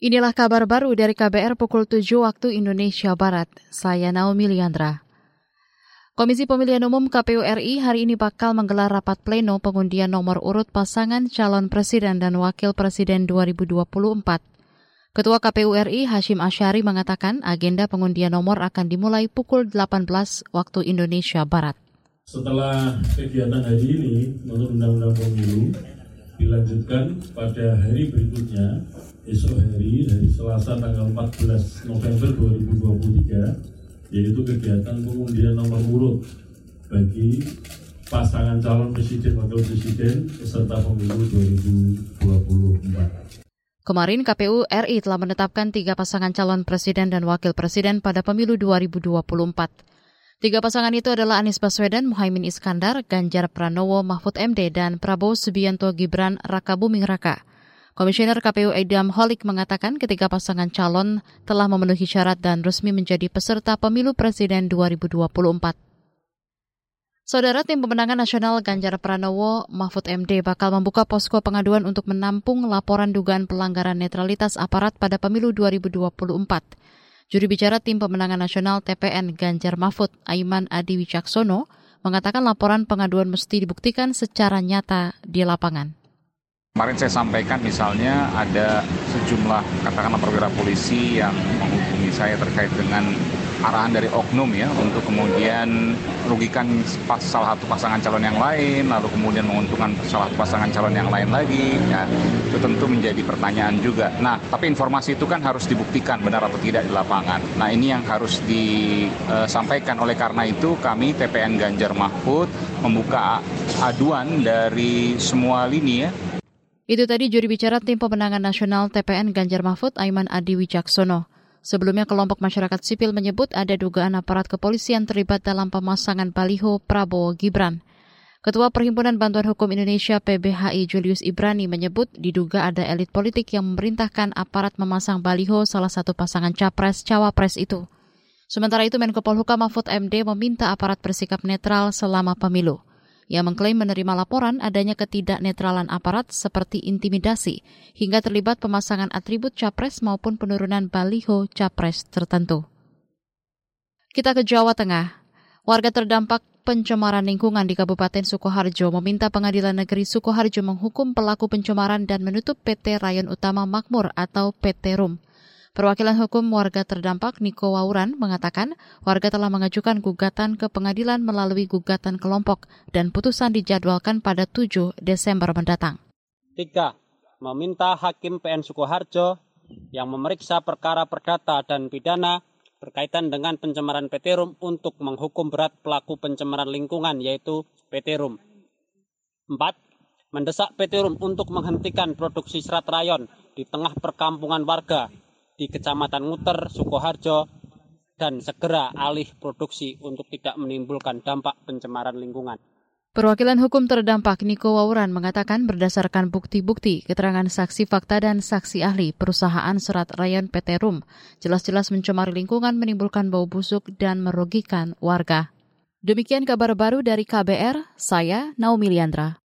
Inilah kabar baru dari KBR pukul 7 waktu Indonesia Barat. Saya Naomi Liandra. Komisi Pemilihan Umum KPU RI hari ini bakal menggelar rapat pleno pengundian nomor urut pasangan calon presiden dan wakil presiden 2024. Ketua KPU RI Hasyim Asyari mengatakan agenda pengundian nomor akan dimulai pukul 18 waktu Indonesia Barat. Setelah kegiatan hari ini menurut Undang-Undang Pemilu dilanjutkan pada hari berikutnya, esok hari Selasa tanggal 14 November 2023, yaitu kegiatan pengundian nomor urut bagi pasangan calon presiden wakil presiden peserta pemilu 2024. Kemarin KPU RI telah menetapkan 3 pasangan calon presiden dan wakil presiden pada pemilu 2024. 3 pasangan itu adalah Anies Baswedan, Muhaimin Iskandar, Ganjar Pranowo, Mahfud MD, dan Prabowo Subianto Gibran Rakabuming Raka. Komisioner KPU Idam Holik mengatakan ketiga pasangan calon telah memenuhi syarat dan resmi menjadi peserta pemilu presiden 2024. Saudara Tim Pemenangan Nasional Ganjar Pranowo, Mahfud MD bakal membuka posko pengaduan untuk menampung laporan dugaan pelanggaran netralitas aparat pada pemilu 2024. Juru bicara Tim Pemenangan Nasional TPN Ganjar Mahfud, Aiman Adi Wicaksono, mengatakan laporan pengaduan mesti dibuktikan secara nyata di lapangan. Kemarin saya sampaikan misalnya ada sejumlah katakanlah perwira polisi yang menghubungi saya terkait dengan arahan dari oknum ya untuk kemudian merugikan salah satu pasangan calon yang lain, lalu kemudian menguntungkan salah satu pasangan calon yang lain lagi. Ya, itu tentu menjadi pertanyaan juga. Nah, tapi informasi itu kan harus dibuktikan benar atau tidak di lapangan. Nah, ini yang harus disampaikan. Oleh karena itu kami TPN Ganjar Mahfud membuka aduan dari semua lini ya. Itu tadi juru bicara Tim Pemenangan Nasional TPN Ganjar Mahfud, Aiman Adi Wicaksono. Sebelumnya kelompok masyarakat sipil menyebut ada dugaan aparat kepolisian terlibat dalam pemasangan baliho Prabowo Gibran. Ketua Perhimpunan Bantuan Hukum Indonesia PBHI Julius Ibrani menyebut diduga ada elit politik yang memerintahkan aparat memasang baliho salah satu pasangan capres-cawapres itu. Sementara itu Menko Polhukam Mahfud MD meminta aparat bersikap netral selama pemilu. Ia mengklaim menerima laporan adanya ketidaknetralan aparat seperti intimidasi hingga terlibat pemasangan atribut capres maupun penurunan baliho capres tertentu. Kita ke Jawa Tengah. Warga terdampak pencemaran lingkungan di Kabupaten Sukoharjo meminta Pengadilan Negeri Sukoharjo menghukum pelaku pencemaran dan menutup PT Rayon Utama Makmur atau PT RUM. Perwakilan hukum warga terdampak Niko Wauran mengatakan warga telah mengajukan gugatan ke pengadilan melalui gugatan kelompok dan putusan dijadwalkan pada 7 Desember mendatang. 3. Meminta Hakim PN Sukoharjo yang memeriksa perkara perdata dan pidana berkaitan dengan pencemaran PT RUM untuk menghukum berat pelaku pencemaran lingkungan yaitu PT RUM. 4. Mendesak PT RUM untuk menghentikan produksi serat rayon di tengah perkampungan warga di Kecamatan Nguter, Sukoharjo, dan segera alih produksi untuk tidak menimbulkan dampak pencemaran lingkungan. Perwakilan hukum terdampak Niko Wauran mengatakan berdasarkan bukti-bukti, keterangan saksi fakta dan saksi ahli perusahaan serat rayon PT RUM, jelas-jelas mencemari lingkungan, menimbulkan bau busuk dan merugikan warga. Demikian kabar baru dari KBR, saya Naomi Liandra.